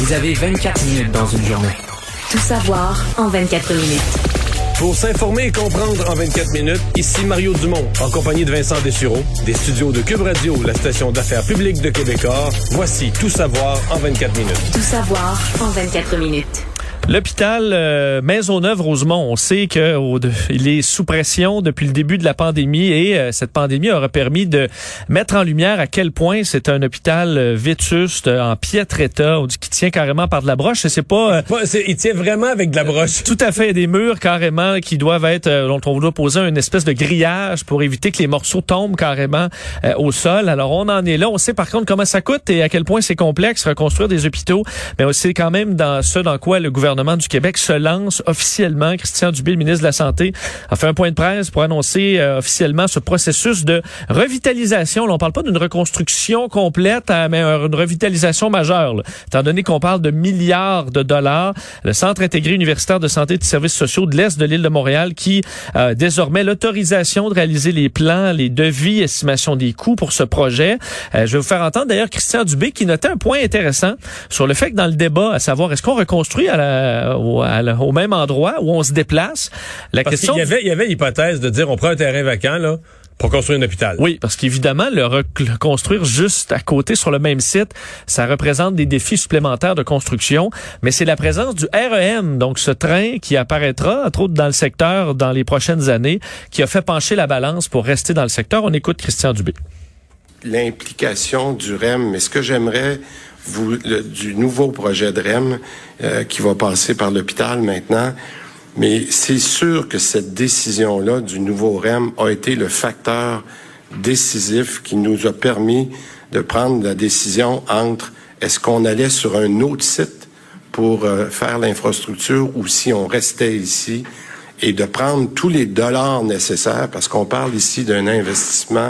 Vous avez 24 minutes dans une journée. Tout savoir en 24 minutes. Pour s'informer et comprendre en 24 minutes, ici Mario Dumont, en compagnie de Vincent Dessureau, des studios de Cube Radio, la station d'affaires publique de Québecor. Voici Tout savoir en 24 minutes. Tout savoir en 24 minutes. L'hôpital Maisonneuve-Rosemont, on sait qu'il est sous pression depuis le début de la pandémie et cette pandémie aura permis de mettre en lumière à quel point c'est un hôpital vétuste, en piètre état, on dit qu'il tient carrément par de la broche. C'est pas, il tient vraiment avec de la broche. Tout à fait, des murs carrément qui doivent être, dont on doit poser une espèce de grillage pour éviter que les morceaux tombent carrément au sol. Alors on en est là. On sait par contre comment ça coûte et à quel point c'est complexe reconstruire des hôpitaux, mais on sait quand même dans quoi le gouvernement du Québec se lance officiellement. Christian Dubé, le ministre de la Santé, a fait un point de presse pour annoncer officiellement ce processus de revitalisation. Là, on parle pas d'une reconstruction complète, mais une revitalisation majeure. Là, étant donné qu'on parle de milliards de dollars, le Centre intégré universitaire de santé et de services sociaux de l'Est de l'île de Montréal qui a désormais l'autorisation de réaliser les plans, les devis, estimation des coûts pour ce projet. Je vais vous faire entendre d'ailleurs Christian Dubé qui notait un point intéressant sur le fait que dans le débat, à savoir est-ce qu'on reconstruit au même endroit où on se déplace. Parce qu'il y avait l'hypothèse de dire on prend un terrain vacant là pour construire un hôpital. Oui, parce qu'évidemment, le reconstruire juste à côté sur le même site, ça représente des défis supplémentaires de construction, mais c'est la présence du REM, donc ce train qui apparaîtra, entre autres dans le secteur dans les prochaines années, qui a fait pencher la balance pour rester dans le secteur. On écoute Christian Dubé. L'implication du REM, mais ce que j'aimerais du nouveau projet de REM qui va passer par l'hôpital maintenant, mais c'est sûr que cette décision-là du nouveau REM a été le facteur décisif qui nous a permis de prendre la décision entre est-ce qu'on allait sur un autre site pour faire l'infrastructure ou si on restait ici et de prendre tous les dollars nécessaires parce qu'on parle ici d'un investissement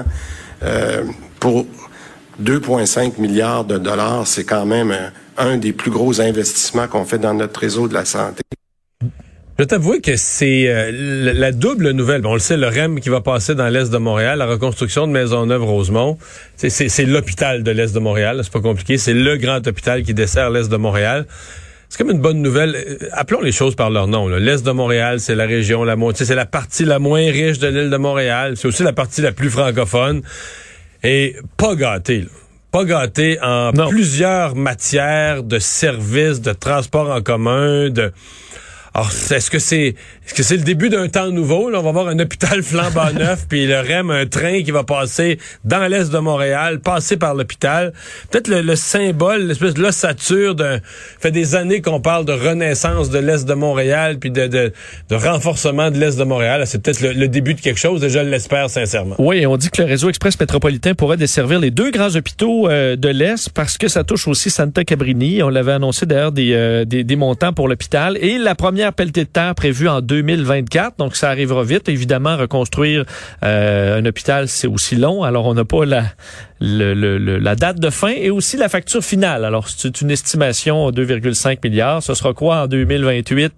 pour 2,5 milliards de dollars, c'est quand même un des plus gros investissements qu'on fait dans notre réseau de la santé. Je vais t'avouer que c'est la double nouvelle. Bon, on le sait, le REM qui va passer dans l'Est de Montréal, la reconstruction de Maisonneuve-Rosemont, c'est l'hôpital de l'Est de Montréal, c'est pas compliqué, c'est le grand hôpital qui dessert l'Est de Montréal. C'est comme une bonne nouvelle. Appelons les choses par leur nom. Là. L'Est de Montréal, c'est la région c'est la partie la moins riche de l'île de Montréal. C'est aussi la partie la plus francophone. Et pas gâté, là. Pas gâté en plusieurs matières de services, de transport en commun, Alors, est-ce que c'est le début d'un temps nouveau? Là, on va avoir un hôpital flambant neuf, puis le REM, un train qui va passer dans l'Est de Montréal, passer par l'hôpital. Peut-être le symbole, l'espèce de l'ossature fait des années qu'on parle de renaissance de l'Est de Montréal, puis de renforcement de l'Est de Montréal. C'est peut-être le début de quelque chose, et je l'espère sincèrement. Oui, on dit que le réseau express métropolitain pourrait desservir les deux grands hôpitaux de l'Est, parce que ça touche aussi Santa Cabrini. On l'avait annoncé d'ailleurs des montants pour l'hôpital. Et la première pelletée de terre prévue en 2024, donc ça arrivera vite. Évidemment, reconstruire un hôpital, c'est aussi long, alors on n'a pas la date de fin et aussi la facture finale. Alors, c'est une estimation à 2,5 milliards. Ce sera quoi en 2028?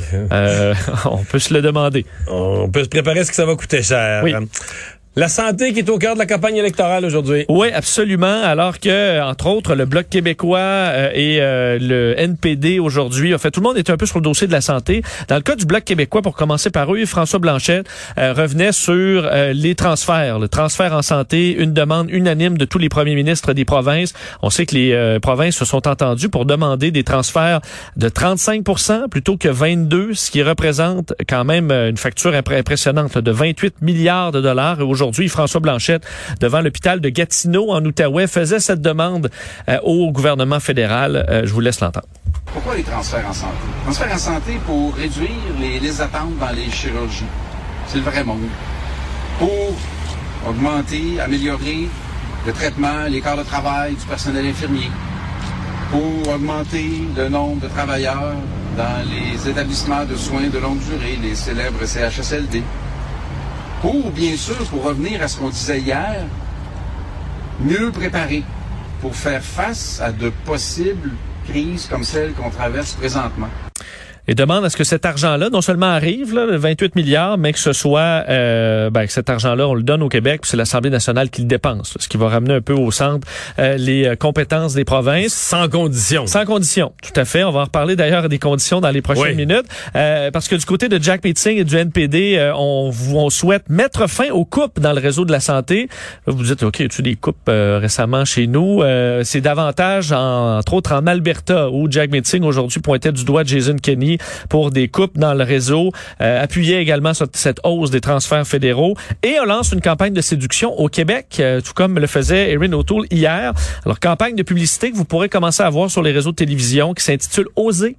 On peut se le demander. On peut se préparer à ce que ça va coûter cher. Oui. La santé qui est au cœur de la campagne électorale aujourd'hui. Oui, absolument. Alors que, entre autres, le Bloc québécois et le NPD aujourd'hui, en fait, tout le monde est un peu sur le dossier de la santé. Dans le cas du Bloc québécois, pour commencer par eux, François Blanchet revenait sur les transferts. Le transfert en santé, une demande unanime de tous les premiers ministres des provinces. On sait que les provinces se sont entendues pour demander des transferts de 35% plutôt que 22%, ce qui représente quand même une facture impressionnante là, de 28 milliards de dollars. Et aujourd'hui, François Blanchet, devant l'hôpital de Gatineau, en Outaouais, faisait cette demande au gouvernement fédéral. Je vous laisse l'entendre. Pourquoi les transferts en santé? Transferts en santé pour réduire les listes d'attente dans les chirurgies. C'est le vrai monde. Pour augmenter, améliorer le traitement, les quarts de travail du personnel infirmier. Pour augmenter le nombre de travailleurs dans les établissements de soins de longue durée, les célèbres CHSLD. Pour, bien sûr, pour revenir à ce qu'on disait hier, mieux préparer pour faire face à de possibles crises comme celles qu'on traverse présentement. Et demande à ce que cet argent-là, non seulement arrive, là, le 28 milliards, mais que ce soit, que cet argent-là, on le donne au Québec, puis c'est l'Assemblée nationale qui le dépense, là, ce qui va ramener un peu au centre les compétences des provinces. Sans condition. Sans condition, tout à fait. On va en reparler d'ailleurs des conditions dans les prochaines minutes. Parce que du côté de Jagmeet Singh et du NPD, on souhaite mettre fin aux coupes dans le réseau de la santé. Là, vous dites, OK, y a-tu des coupes récemment chez nous? C'est davantage, entre autres, en Alberta, où Jagmeet Singh aujourd'hui pointait du doigt Jason Kenney pour des coupes dans le réseau, appuyait également cette hausse des transferts fédéraux et on lance une campagne de séduction au Québec, tout comme le faisait Erin O'Toole hier. Alors, campagne de publicité que vous pourrez commencer à voir sur les réseaux de télévision qui s'intitule Oser.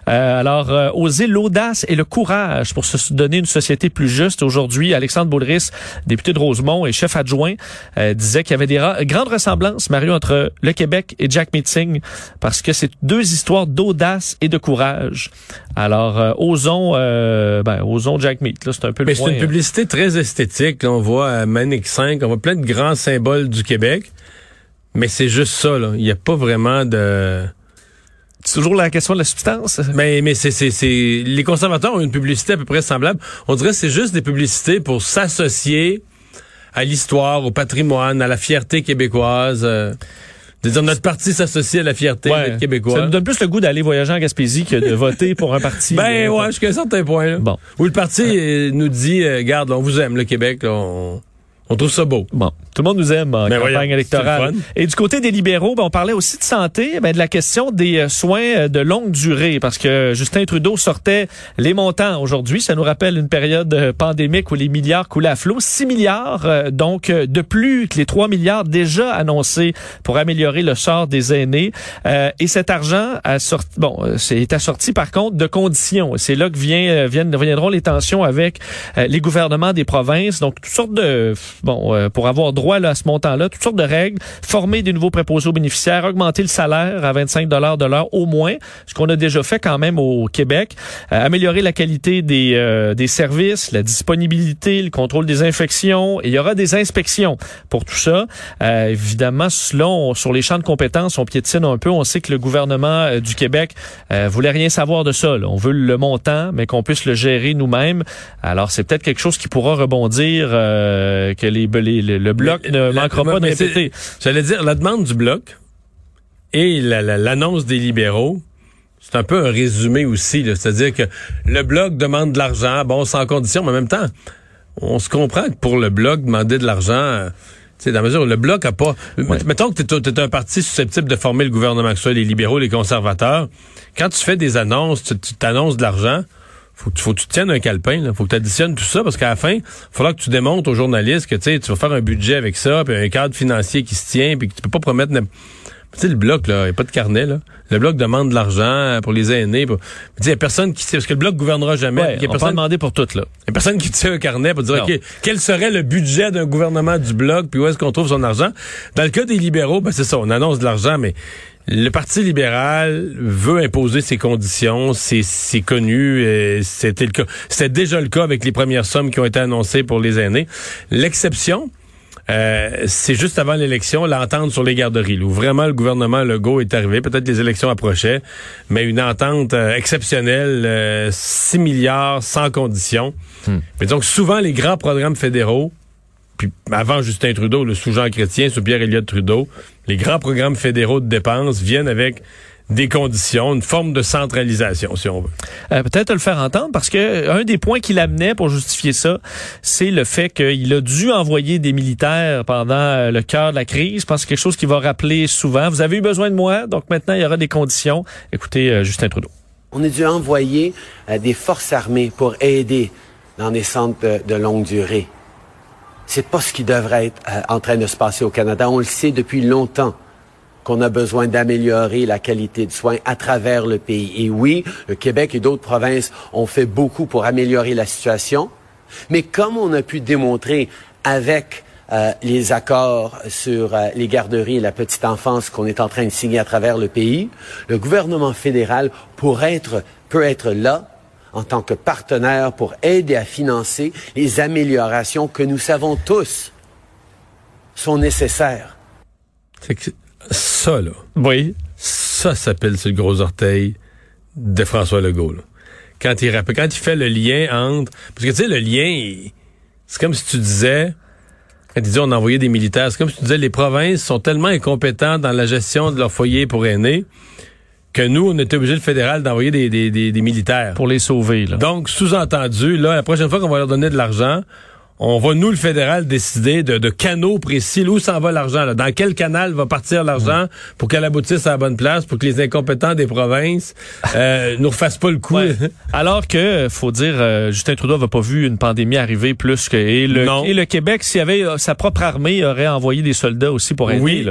Oser l'audace et le courage pour se donner une société plus juste. Aujourd'hui, Alexandre Boulris, député de Rosemont et chef adjoint, disait qu'il y avait des grandes ressemblances, Mario, entre le Québec et Jagmeet Singh, parce que c'est deux histoires d'audace et de courage. Alors, osons Jagmeet. Là, c'est un peu le point. C'est une publicité très esthétique. Là, on voit Manic 5, on voit plein de grands symboles du Québec, mais c'est juste ça. Là. Il n'y a pas vraiment de... C'est toujours la question de la substance. Mais c'est les conservateurs ont une publicité à peu près semblable. On dirait que c'est juste des publicités pour s'associer à l'histoire, au patrimoine, à la fierté québécoise. Dire notre parti s'associe à la fierté d'être québécois. Ça nous donne plus le goût d'aller voyager en Gaspésie que de voter pour un parti. Jusqu'à un certain point. Là. Bon. Où le parti nous dit, regarde, on vous aime, le Québec, là, on trouve ça beau. Bon, tout le monde nous aime en campagne électorale. Et du côté des libéraux, on parlait aussi de santé, de la question des soins de longue durée, parce que Justin Trudeau sortait les montants aujourd'hui. Ça nous rappelle une période pandémique où les milliards coulaient à flot. 6 milliards, donc de plus que les 3 milliards déjà annoncés pour améliorer le sort des aînés. Et cet argent est assorti par contre de conditions. C'est là que viendront les tensions avec les gouvernements des provinces. Donc toutes sortes de pour avoir droit là, à ce montant-là, toutes sortes de règles, former des nouveaux préposés aux bénéficiaires, augmenter le salaire à 25 $ de l'heure au moins, ce qu'on a déjà fait quand même au Québec, améliorer la qualité des services, la disponibilité, le contrôle des infections, et il y aura des inspections pour tout ça. Évidemment, là, sur les champs de compétences, on piétine un peu. On sait que le gouvernement du Québec voulait rien savoir de ça. Là. On veut le montant, mais qu'on puisse le gérer nous-mêmes. Alors, c'est peut-être quelque chose qui pourra rebondir, que le Bloc ne manquera pas de répéter. J'allais dire, la demande du Bloc et l'annonce des libéraux, c'est un peu un résumé aussi. Là. C'est-à-dire que le Bloc demande de l'argent, sans condition, mais en même temps, on se comprend que pour le Bloc, demander de l'argent... dans la mesure où le Bloc a pas... Ouais. Mettons que t'es un parti susceptible de former le gouvernement, que ce soit les libéraux, les conservateurs. Quand tu fais des annonces, tu t'annonces de l'argent... Faut que tu tiennes un calepin, là. Faut que tu additionnes tout ça, parce qu'à la fin, il faudra que tu démontres aux journalistes que tu vas faire un budget avec ça, puis un cadre financier qui se tient, puis que tu peux pas promettre... Tu sais, le Bloc, là, il n'y a pas de carnet, là. Le Bloc demande de l'argent pour les aînés. Il y a personne qui sait, parce que le Bloc gouvernera jamais. Ouais, on peut demander pour tout, là. Il y a personne qui tient un carnet pour dire, OK, quel serait le budget d'un gouvernement du Bloc, puis où est-ce qu'on trouve son argent? Dans le cas des libéraux, c'est ça, on annonce de l'argent, mais le Parti libéral veut imposer ses conditions, c'est connu, c'était le cas. C'était déjà le cas avec les premières sommes qui ont été annoncées pour les aînés. L'exception, c'est juste avant l'élection, l'entente sur les garderies, où vraiment le gouvernement Legault est arrivé, peut-être les élections approchaient, mais une entente exceptionnelle, 6 milliards sans condition. Mais donc souvent les grands programmes fédéraux, puis avant Justin Trudeau, sous Jean Chrétien, sous Pierre-Éliott Trudeau, les grands programmes fédéraux de dépenses viennent avec des conditions, une forme de centralisation, si on veut. Peut-être le faire entendre, parce que un des points qu'il amenait pour justifier ça, c'est le fait qu'il a dû envoyer des militaires pendant le cœur de la crise. Je pense que c'est quelque chose qu'il va rappeler souvent. Vous avez eu besoin de moi, donc maintenant il y aura des conditions. Écoutez, Justin Trudeau. On a dû envoyer des forces armées pour aider dans des centres de longue durée. C'est pas ce qui devrait être en train de se passer au Canada. On le sait depuis longtemps qu'on a besoin d'améliorer la qualité de soins à travers le pays. Et oui, le Québec et d'autres provinces ont fait beaucoup pour améliorer la situation. Mais comme on a pu démontrer avec les accords sur les garderies et la petite enfance qu'on est en train de signer à travers le pays, le gouvernement fédéral peut être là en tant que partenaire pour aider à financer les améliorations que nous savons tous sont nécessaires. C'est que ça, là. Oui. Ça s'appelle sur le gros orteil de François Legault, là. quand il fait le lien entre... Parce que, tu sais, le lien, c'est comme si tu disais... Quand il dit on a envoyé des militaires, c'est comme si tu disais les provinces sont tellement incompétentes dans la gestion de leur foyer pour aînés que nous, on était obligé, le fédéral, d'envoyer des militaires. Pour les sauver, là. Donc, sous-entendu, là, la prochaine fois qu'on va leur donner de l'argent, on va, nous, le fédéral, décider de canaux précis, là, où s'en va l'argent, là, dans quel canal va partir l'argent pour qu'elle aboutisse à la bonne place, pour que les incompétents des provinces nous refassent pas le coup. Ouais. Alors que, faut dire, Justin Trudeau n'avait pas vu une pandémie arriver plus que... Et le Québec, s'il avait sa propre armée, aurait envoyé des soldats aussi pour aider. Oui, là.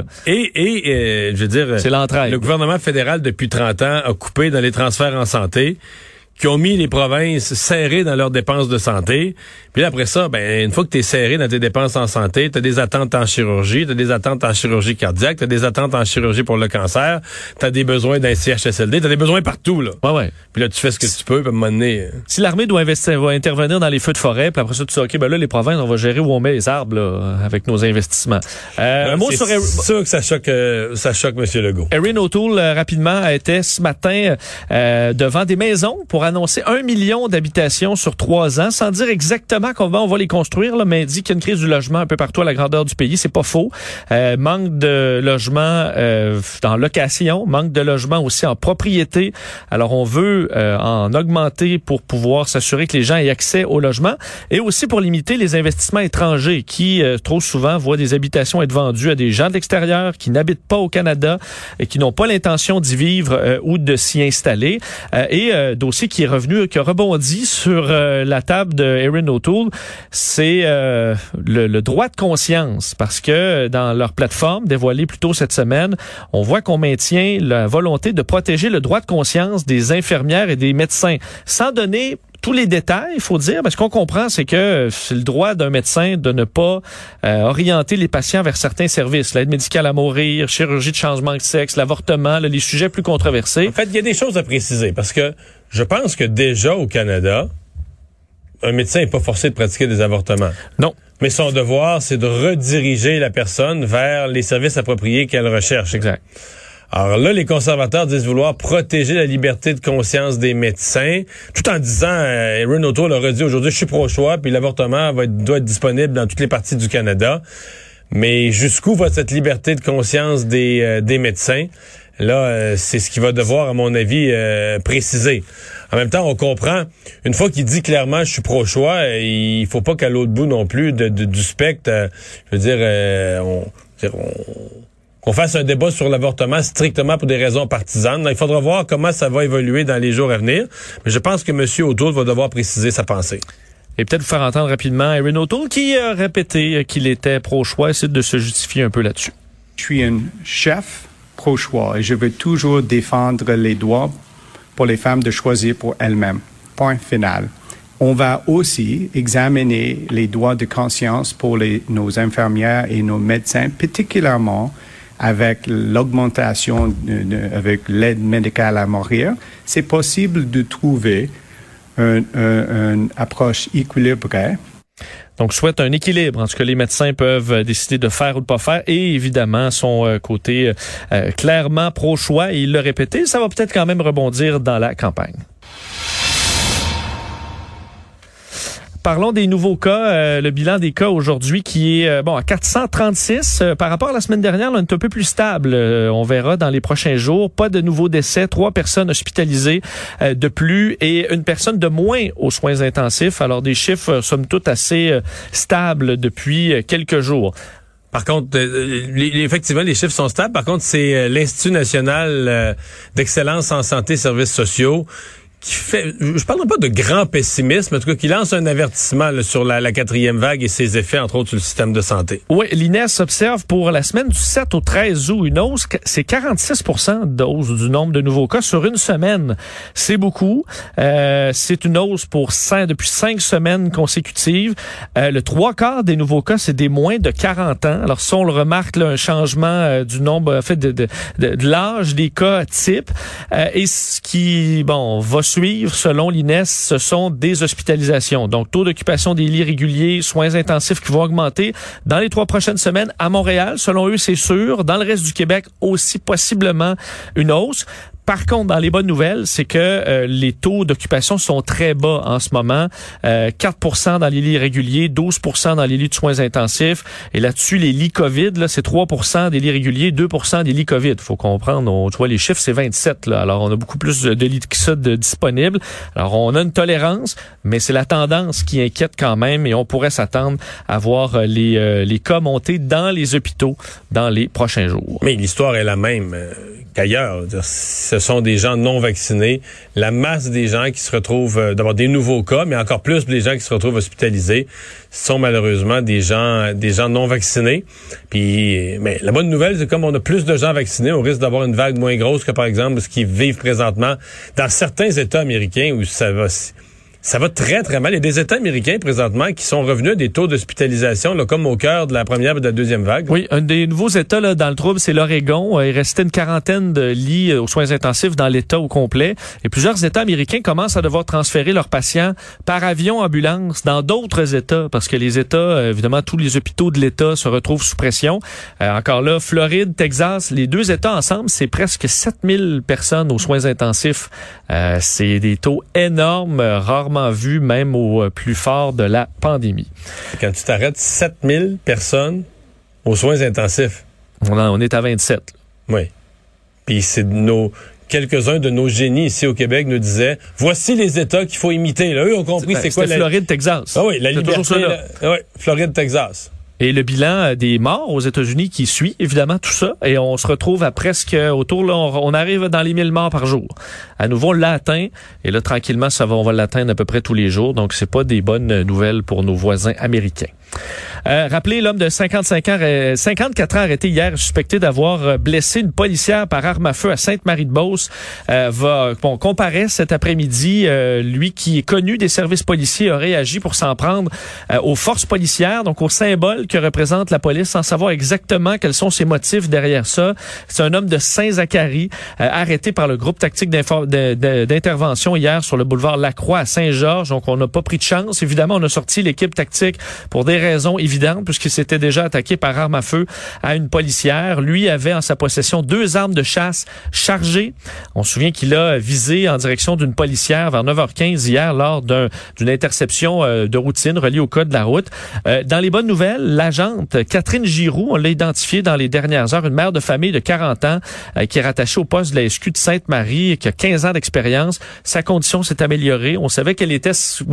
Et je veux dire... C'est l'entraide. Le gouvernement fédéral, depuis 30 ans, a coupé dans les transferts en santé, qui ont mis les provinces serrées dans leurs dépenses de santé. Puis là, après ça, une fois que tu es serré dans tes dépenses en santé, tu as des attentes en chirurgie, tu as des attentes en chirurgie cardiaque, tu as des attentes en chirurgie pour le cancer, tu as des besoins d'un CHSLD, tu as des besoins partout, là. Ouais. Puis là, tu fais ce que tu peux, puis à un moment donné... Si l'armée va intervenir dans les feux de forêt, puis après ça, tu dis, OK, là, les provinces, on va gérer où on met les arbres, là, avec nos investissements. Un mot sur... C'est sûr que ça choque M. Legault. Erin O'Toole, rapidement, était ce matin devant des maisons pour annoncer 1 million d'habitations sur 3 ans, sans dire exactement comment on va les construire, là, mais dit qu'il y a une crise du logement un peu partout à la grandeur du pays. C'est pas faux. Manque de logements en location, manque de logements aussi en propriété. Alors, on veut en augmenter pour pouvoir s'assurer que les gens aient accès au logement et aussi pour limiter les investissements étrangers qui, trop souvent, voient des habitations être vendues à des gens de l'extérieur qui n'habitent pas au Canada et qui n'ont pas l'intention d'y vivre ou de s'y installer. Dossier qui a rebondi sur la table de Erin O'Toole, c'est le droit de conscience, parce que dans leur plateforme dévoilée plus tôt cette semaine, on voit qu'on maintient la volonté de protéger le droit de conscience des infirmières et des médecins, sans donner tous les détails, il faut dire, parce qu'on comprend, c'est que c'est le droit d'un médecin de ne pas orienter les patients vers certains services, l'aide médicale à mourir, chirurgie de changement de sexe, l'avortement, là, les sujets plus controversés. En fait, il y a des choses à préciser, parce que je pense que déjà au Canada, un médecin n'est pas forcé de pratiquer des avortements. Non. Mais son devoir, c'est de rediriger la personne vers les services appropriés qu'elle recherche. Exact. Alors là, les conservateurs disent vouloir protéger la liberté de conscience des médecins, tout en disant, Erin O'Toole leur a dit aujourd'hui, je suis pro-choix, puis l'avortement doit être disponible dans toutes les parties du Canada. Mais jusqu'où va cette liberté de conscience des médecins? Là, c'est ce qu'il va devoir, à mon avis, préciser. En même temps, on comprend, une fois qu'il dit clairement je suis pro-choix, il faut pas qu'à l'autre bout non plus du spectre, qu'on fasse un débat sur l'avortement strictement pour des raisons partisanes. Il faudra voir comment ça va évoluer dans les jours à venir. Mais je pense que M. O'Toole va devoir préciser sa pensée. Et peut-être vous faire entendre rapidement Erin O'Toole qui a répété qu'il était pro-choix, essaie de se justifier un peu là-dessus. Je suis un chef pro-choix et je veux toujours défendre les droits pour les femmes de choisir pour elles-mêmes. Point final. On va aussi examiner les droits de conscience pour nos infirmières et nos médecins, particulièrement avec l'augmentation, avec l'aide médicale à mourir. C'est possible de trouver une approche équilibrée. Donc, souhaite un équilibre entre ce que les médecins peuvent décider de faire ou de pas faire et évidemment son côté clairement pro-choix. Et il l'a répété, ça va peut-être quand même rebondir dans la campagne. Parlons des nouveaux cas, le bilan des cas aujourd'hui qui est à 436. Par rapport à la semaine dernière, là, on est un peu plus stable. On verra dans les prochains jours. Pas de nouveaux décès, 3 personnes hospitalisées de plus et une personne de moins aux soins intensifs. Alors des chiffres, somme toute, assez stables depuis quelques jours. Par contre, effectivement, les chiffres sont stables. Par contre, c'est l'Institut national d'excellence en santé et services sociaux qui fait, je parlerai pas de grand pessimisme, en tout cas qui lance un avertissement là, sur la 4e vague et ses effets, entre autres, sur le système de santé. Oui, l'INES observe pour la semaine du 7 au 13 août une hausse, c'est 46% d'hausse du nombre de nouveaux cas sur une semaine. C'est beaucoup. C'est une hausse depuis 5 semaines consécutives. Le 3/4 des nouveaux cas, c'est des moins de 40 ans. Alors ça, on le remarque, là, un changement du nombre, en fait, de l'âge des cas types. Et ce qui, va suivre, selon l'INES, ce sont des hospitalisations. Donc, taux d'occupation des lits réguliers, soins intensifs qui vont augmenter dans les 3 prochaines semaines à Montréal. Selon eux, c'est sûr. Dans le reste du Québec, aussi possiblement une hausse. Par contre, dans les bonnes nouvelles, c'est que les taux d'occupation sont très bas en ce moment. 4% dans les lits réguliers, 12% dans les lits de soins intensifs. Et là-dessus, les lits COVID, là, c'est 3% des lits réguliers, 2% des lits COVID. Faut comprendre, tu vois, les chiffres, c'est 27. Là. Alors, on a beaucoup plus de lits que ça disponibles. Alors, on a une tolérance, mais c'est la tendance qui inquiète quand même et on pourrait s'attendre à voir les cas monter dans les hôpitaux dans les prochains jours. Mais l'histoire est la même qu'ailleurs. Ce sont des gens non vaccinés. La masse des gens qui se retrouvent, d'avoir des nouveaux cas, mais encore plus des gens qui se retrouvent hospitalisés, sont malheureusement des gens non vaccinés. Puis, mais la bonne nouvelle, c'est comme on a plus de gens vaccinés, on risque d'avoir une vague moins grosse que, par exemple, ce qu'ils vivent présentement dans certains États américains où ça va très, très mal. Il y a des États américains, présentement, qui sont revenus à des taux d'hospitalisation, là, comme au cœur de la première et de la deuxième vague. Oui, un des nouveaux États là, dans le trouble, c'est l'Oregon. Il restait une quarantaine de lits aux soins intensifs dans l'État au complet. Et plusieurs États américains commencent à devoir transférer leurs patients par avion, ambulance, dans d'autres États, parce que les États, évidemment, tous les hôpitaux de l'État se retrouvent sous pression. Encore là, Floride, Texas, les deux États ensemble, c'est presque 7000 personnes aux soins intensifs. C'est des taux énormes, rarement vu, même au plus fort de la pandémie. Quand tu t'arrêtes, 7000 personnes aux soins intensifs. On est à 27. Oui. Puis c'est quelques-uns de nos génies ici au Québec nous disaient, voici les États qu'il faut imiter. Là, eux ont compris c'est quoi Floride, Texas. Ah oui, la liberté. Oui, Floride, Texas. Et le bilan des morts aux États-Unis qui suit, évidemment, tout ça. Et on se retrouve à presque autour, là, on arrive dans les 1000 morts par jour. À nouveau, on l'a atteint. Et là, tranquillement, on va l'atteindre à peu près tous les jours. Donc, c'est pas des bonnes nouvelles pour nos voisins américains. Rappelez, l'homme de 54 ans arrêté hier, suspecté d'avoir blessé une policière par arme à feu à Sainte-Marie-de-Beauce, comparaît cet après-midi. Lui qui est connu des services policiers a réagi pour s'en prendre aux forces policières, donc au symbole que représente la police, sans savoir exactement quels sont ses motifs derrière ça. C'est un homme de Saint-Zacharie, arrêté par le groupe tactique d'intervention hier sur le boulevard Lacroix à Saint-Georges. Donc, on n'a pas pris de chance. Évidemment, on a sorti l'équipe tactique pour des raisons évidentes, puisqu'il s'était déjà attaqué par arme à feu à une policière. Lui avait en sa possession 2 armes de chasse chargées. On se souvient qu'il a visé en direction d'une policière vers 9h15 hier lors d'une interception de routine reliée au code de la route. Dans les bonnes nouvelles, l'agente Catherine Giroux, on l'a identifiée dans les dernières heures, une mère de famille de 40 ans qui est rattachée au poste de la SQ de Sainte-Marie, qui a 15 ans d'expérience. Sa condition s'est améliorée. On savait qu'elle était,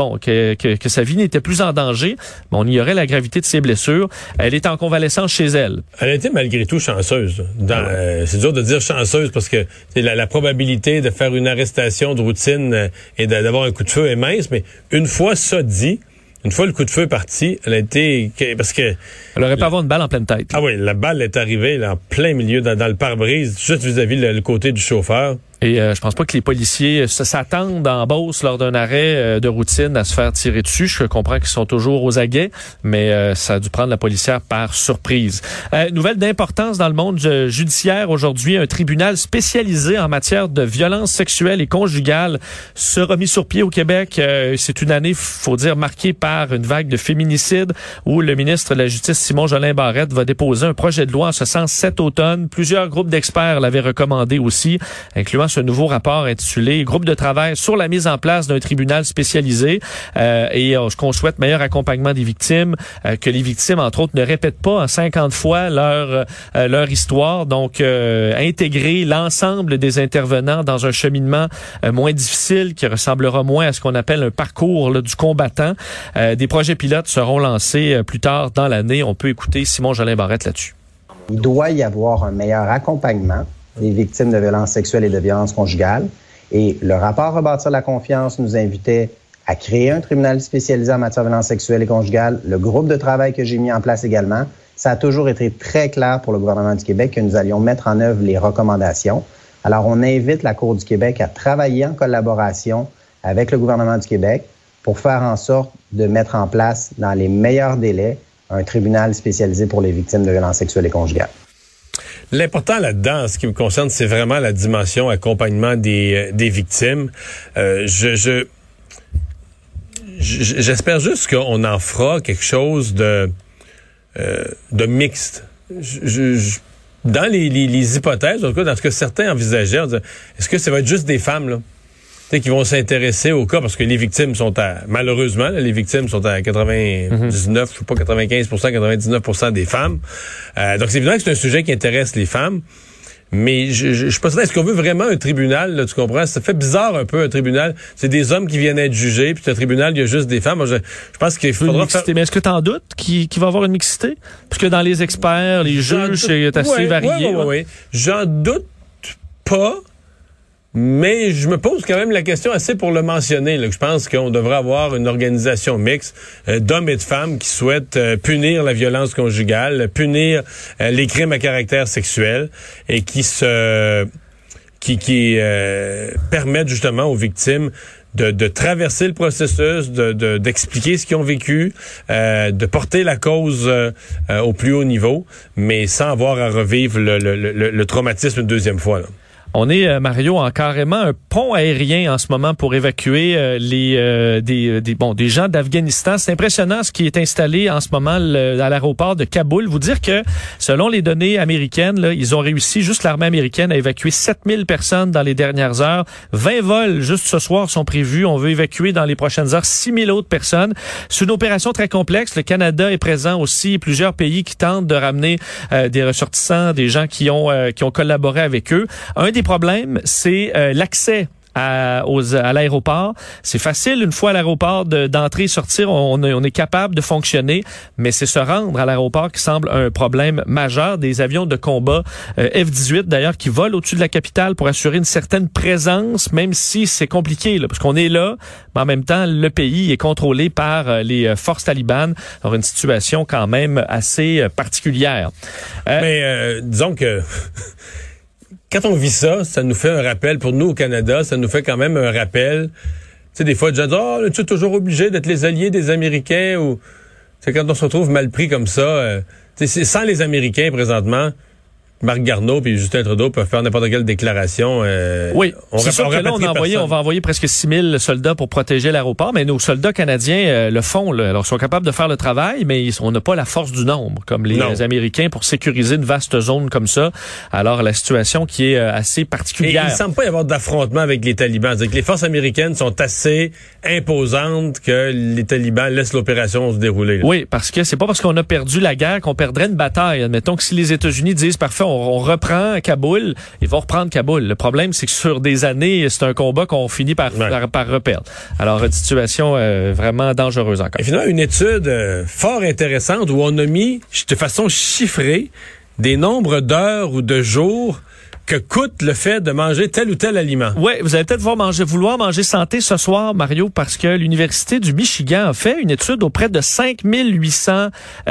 que sa vie n'était plus en danger, mais on ignorait la gravité de ses blessures. Elle est en convalescence chez elle. Elle a été malgré tout chanceuse. C'est dur de dire chanceuse parce que la probabilité de faire une arrestation de routine et d'avoir un coup de feu est mince, mais une fois ça dit, une fois le coup de feu est parti, elle a été... Parce que... Elle aurait pas avoir une balle en pleine tête. Ah oui, la balle est arrivée là, en plein milieu, dans le pare-brise, juste vis-à-vis le côté du chauffeur. Et je pense pas que les policiers s'attendent en Beauce lors d'un arrêt de routine à se faire tirer dessus. Je comprends qu'ils sont toujours aux aguets, mais ça a dû prendre la policière par surprise. Nouvelle d'importance dans le monde judiciaire aujourd'hui, un tribunal spécialisé en matière de violences sexuelles et conjugales sera mis sur pied au Québec. C'est une année, faut dire, marquée par une vague de féminicides où le ministre de la Justice, Simon Jolin Barrette, va déposer un projet de loi en ce sens cet automne. Plusieurs groupes d'experts l'avaient recommandé aussi, incluant ce nouveau rapport intitulé « Groupe de travail sur la mise en place d'un tribunal spécialisé » et qu'on souhaite meilleur accompagnement des victimes, que les victimes, entre autres, ne répètent pas 50 fois leur histoire. Donc, intégrer l'ensemble des intervenants dans un cheminement moins difficile qui ressemblera moins à ce qu'on appelle un parcours là, du combattant. Des projets pilotes seront lancés plus tard dans l'année. On peut écouter Simon Jolin Barrette là-dessus. Il doit y avoir un meilleur accompagnement des victimes de violences sexuelles et de violences conjugales. Et le rapport Rebâtir la confiance nous invitait à créer un tribunal spécialisé en matière de violences sexuelles et conjugales. Le groupe de travail que j'ai mis en place également, ça a toujours été très clair pour le gouvernement du Québec que nous allions mettre en œuvre les recommandations. Alors, on invite la Cour du Québec à travailler en collaboration avec le gouvernement du Québec pour faire en sorte de mettre en place, dans les meilleurs délais, un tribunal spécialisé pour les victimes de violences sexuelles et conjugales. L'important là-dedans, en ce qui me concerne, c'est vraiment la dimension accompagnement des victimes. J'espère juste qu'on en fera quelque chose de mixte. dans les hypothèses, en tout cas, dans ce que certains envisageaient, on disait, est-ce que ça va être juste des femmes, là? Tu sais, qui vont s'intéresser au cas, parce que les victimes sont malheureusement, là, les victimes sont à 99, je sais pas, 95%, 99% des femmes. Donc, c'est évident que c'est un sujet qui intéresse les femmes. Mais je suis pas certain. Est-ce qu'on veut vraiment un tribunal, là, tu comprends? Ça fait bizarre un peu, un tribunal. C'est des hommes qui viennent être jugés, puis un tribunal, il y a juste des femmes. Moi, je pense qu'il faudra faire... Mais est-ce que tu en doutes qu'il va y avoir une mixité? Parce que dans les experts, les juges, c'est assez varié. Oui. J'en doute pas. Mais je me pose quand même la question assez pour le mentionner. Là, que je pense qu'on devrait avoir une organisation mixte d'hommes et de femmes qui souhaitent punir la violence conjugale, punir les crimes à caractère sexuel et qui permettent justement aux victimes de traverser le processus, d'expliquer ce qu'ils ont vécu, de porter la cause au plus haut niveau, mais sans avoir à revivre le traumatisme une deuxième fois, là. On est, Mario, en carrément un pont aérien en ce moment pour évacuer des gens d'Afghanistan. C'est impressionnant ce qui est installé en ce moment à l'aéroport de Kaboul. Vous dire que, selon les données américaines, là, ils ont réussi, juste l'armée américaine, à évacuer 7000 personnes dans les dernières heures. 20 vols, juste ce soir, sont prévus. On veut évacuer dans les prochaines heures 6000 autres personnes. C'est une opération très complexe. Le Canada est présent aussi. Plusieurs pays qui tentent de ramener des ressortissants, des gens qui ont collaboré avec eux. Un des problèmes, c'est l'accès à l'aéroport. C'est facile une fois à l'aéroport d'entrer et sortir, on est capable de fonctionner, mais c'est se rendre à l'aéroport qui semble un problème majeur. Des avions de combat F-18 d'ailleurs qui volent au-dessus de la capitale pour assurer une certaine présence, même si c'est compliqué là, parce qu'on est là, mais en même temps le pays est contrôlé par les forces talibanes. Alors une situation quand même assez particulière. Mais disons que quand on vit ça nous fait un rappel, pour nous au Canada, ça nous fait quand même un rappel. Tu sais, des fois, les gens disent, tu es toujours obligé d'être les alliés des Américains, ou c'est quand on se retrouve mal pris comme ça. Sans les Américains, présentement, Marc Garneau et Justin Trudeau peuvent faire n'importe quelle déclaration. Oui, c'est sûr que là, on va envoyer presque 6000 soldats pour protéger l'aéroport, mais nos soldats canadiens le font. Là. Alors, ils sont capables de faire le travail, mais on n'a pas la force du nombre, comme les Américains, pour sécuriser une vaste zone comme ça. Alors, la situation qui est assez particulière. Et il ne semble pas y avoir d'affrontement avec les talibans. C'est-à-dire que les forces américaines sont assez imposantes que les talibans laissent l'opération se dérouler. Là. Oui, parce que c'est pas parce qu'on a perdu la guerre qu'on perdrait une bataille. Admettons que si les États-Unis disent, parfait, on reprend Kaboul, ils vont reprendre Kaboul. Le problème, c'est que sur des années, c'est un combat qu'on finit par reperdre. Alors, une situation vraiment dangereuse encore. Et finalement, une étude fort intéressante où on a mis de façon chiffrée des nombres d'heures ou de jours que coûte le fait de manger tel ou tel aliment. Oui, vous allez peut-être vouloir manger santé ce soir, Mario, parce que l'Université du Michigan a fait une étude auprès de 5800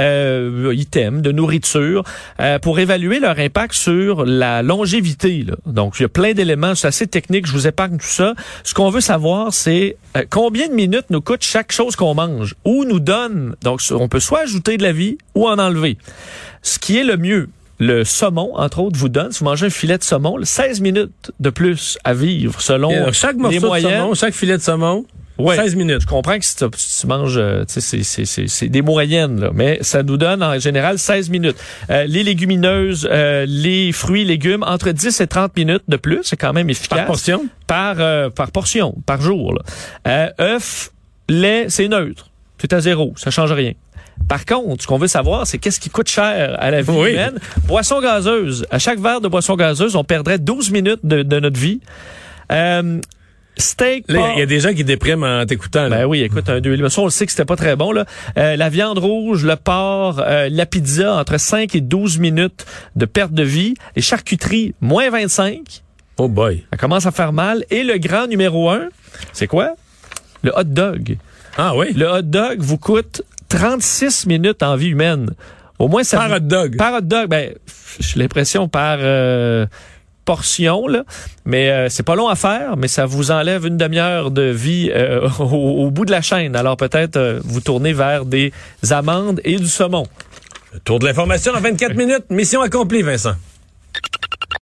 items de nourriture pour évaluer leur impact sur la longévité. Là. Donc, il y a plein d'éléments, c'est assez technique, je vous épargne tout ça. Ce qu'on veut savoir, c'est combien de minutes nous coûte chaque chose qu'on mange, ou nous donne. Donc, on peut soit ajouter de la vie ou en enlever. Ce qui est le mieux. Le saumon, entre autres, vous donne, si vous mangez un filet de saumon, 16 minutes de plus à vivre selon chaque morceau les moyennes. De saumon, chaque filet de saumon, 16 minutes. Je comprends que si tu manges, c'est des moyennes, là, mais ça nous donne en général 16 minutes. Les légumineuses, les fruits, légumes, entre 10 et 30 minutes de plus, c'est quand même efficace. Par portion? Par portion, par jour. Œufs, lait, c'est neutre. C'est à zéro, ça change rien. Par contre, ce qu'on veut savoir, c'est qu'est-ce qui coûte cher à la vie humaine. Boisson gazeuse. À chaque verre de boisson gazeuse, on perdrait 12 minutes de notre vie. Steak, il y a des gens qui dépriment en t'écoutant. Ben oui, écoute, un 2 ça, on le sait que c'était pas très bon. Là. La viande rouge, le porc, la pizza, entre 5 et 12 minutes de perte de vie. Les charcuteries, moins 25. Oh boy. Ça commence à faire mal. Et le grand numéro 1, c'est quoi? Le hot dog. Ah oui? Le hot dog vous coûte 36 minutes en vie humaine. Au moins ça. Par hot dog. Par hot dog, j'ai l'impression par portion là, mais c'est pas long à faire, mais ça vous enlève une demi-heure de vie au bout de la chaîne. Alors peut-être vous tournez vers des amandes et du saumon. Le tour de l'information en 24 minutes. Mission accomplie, Vincent.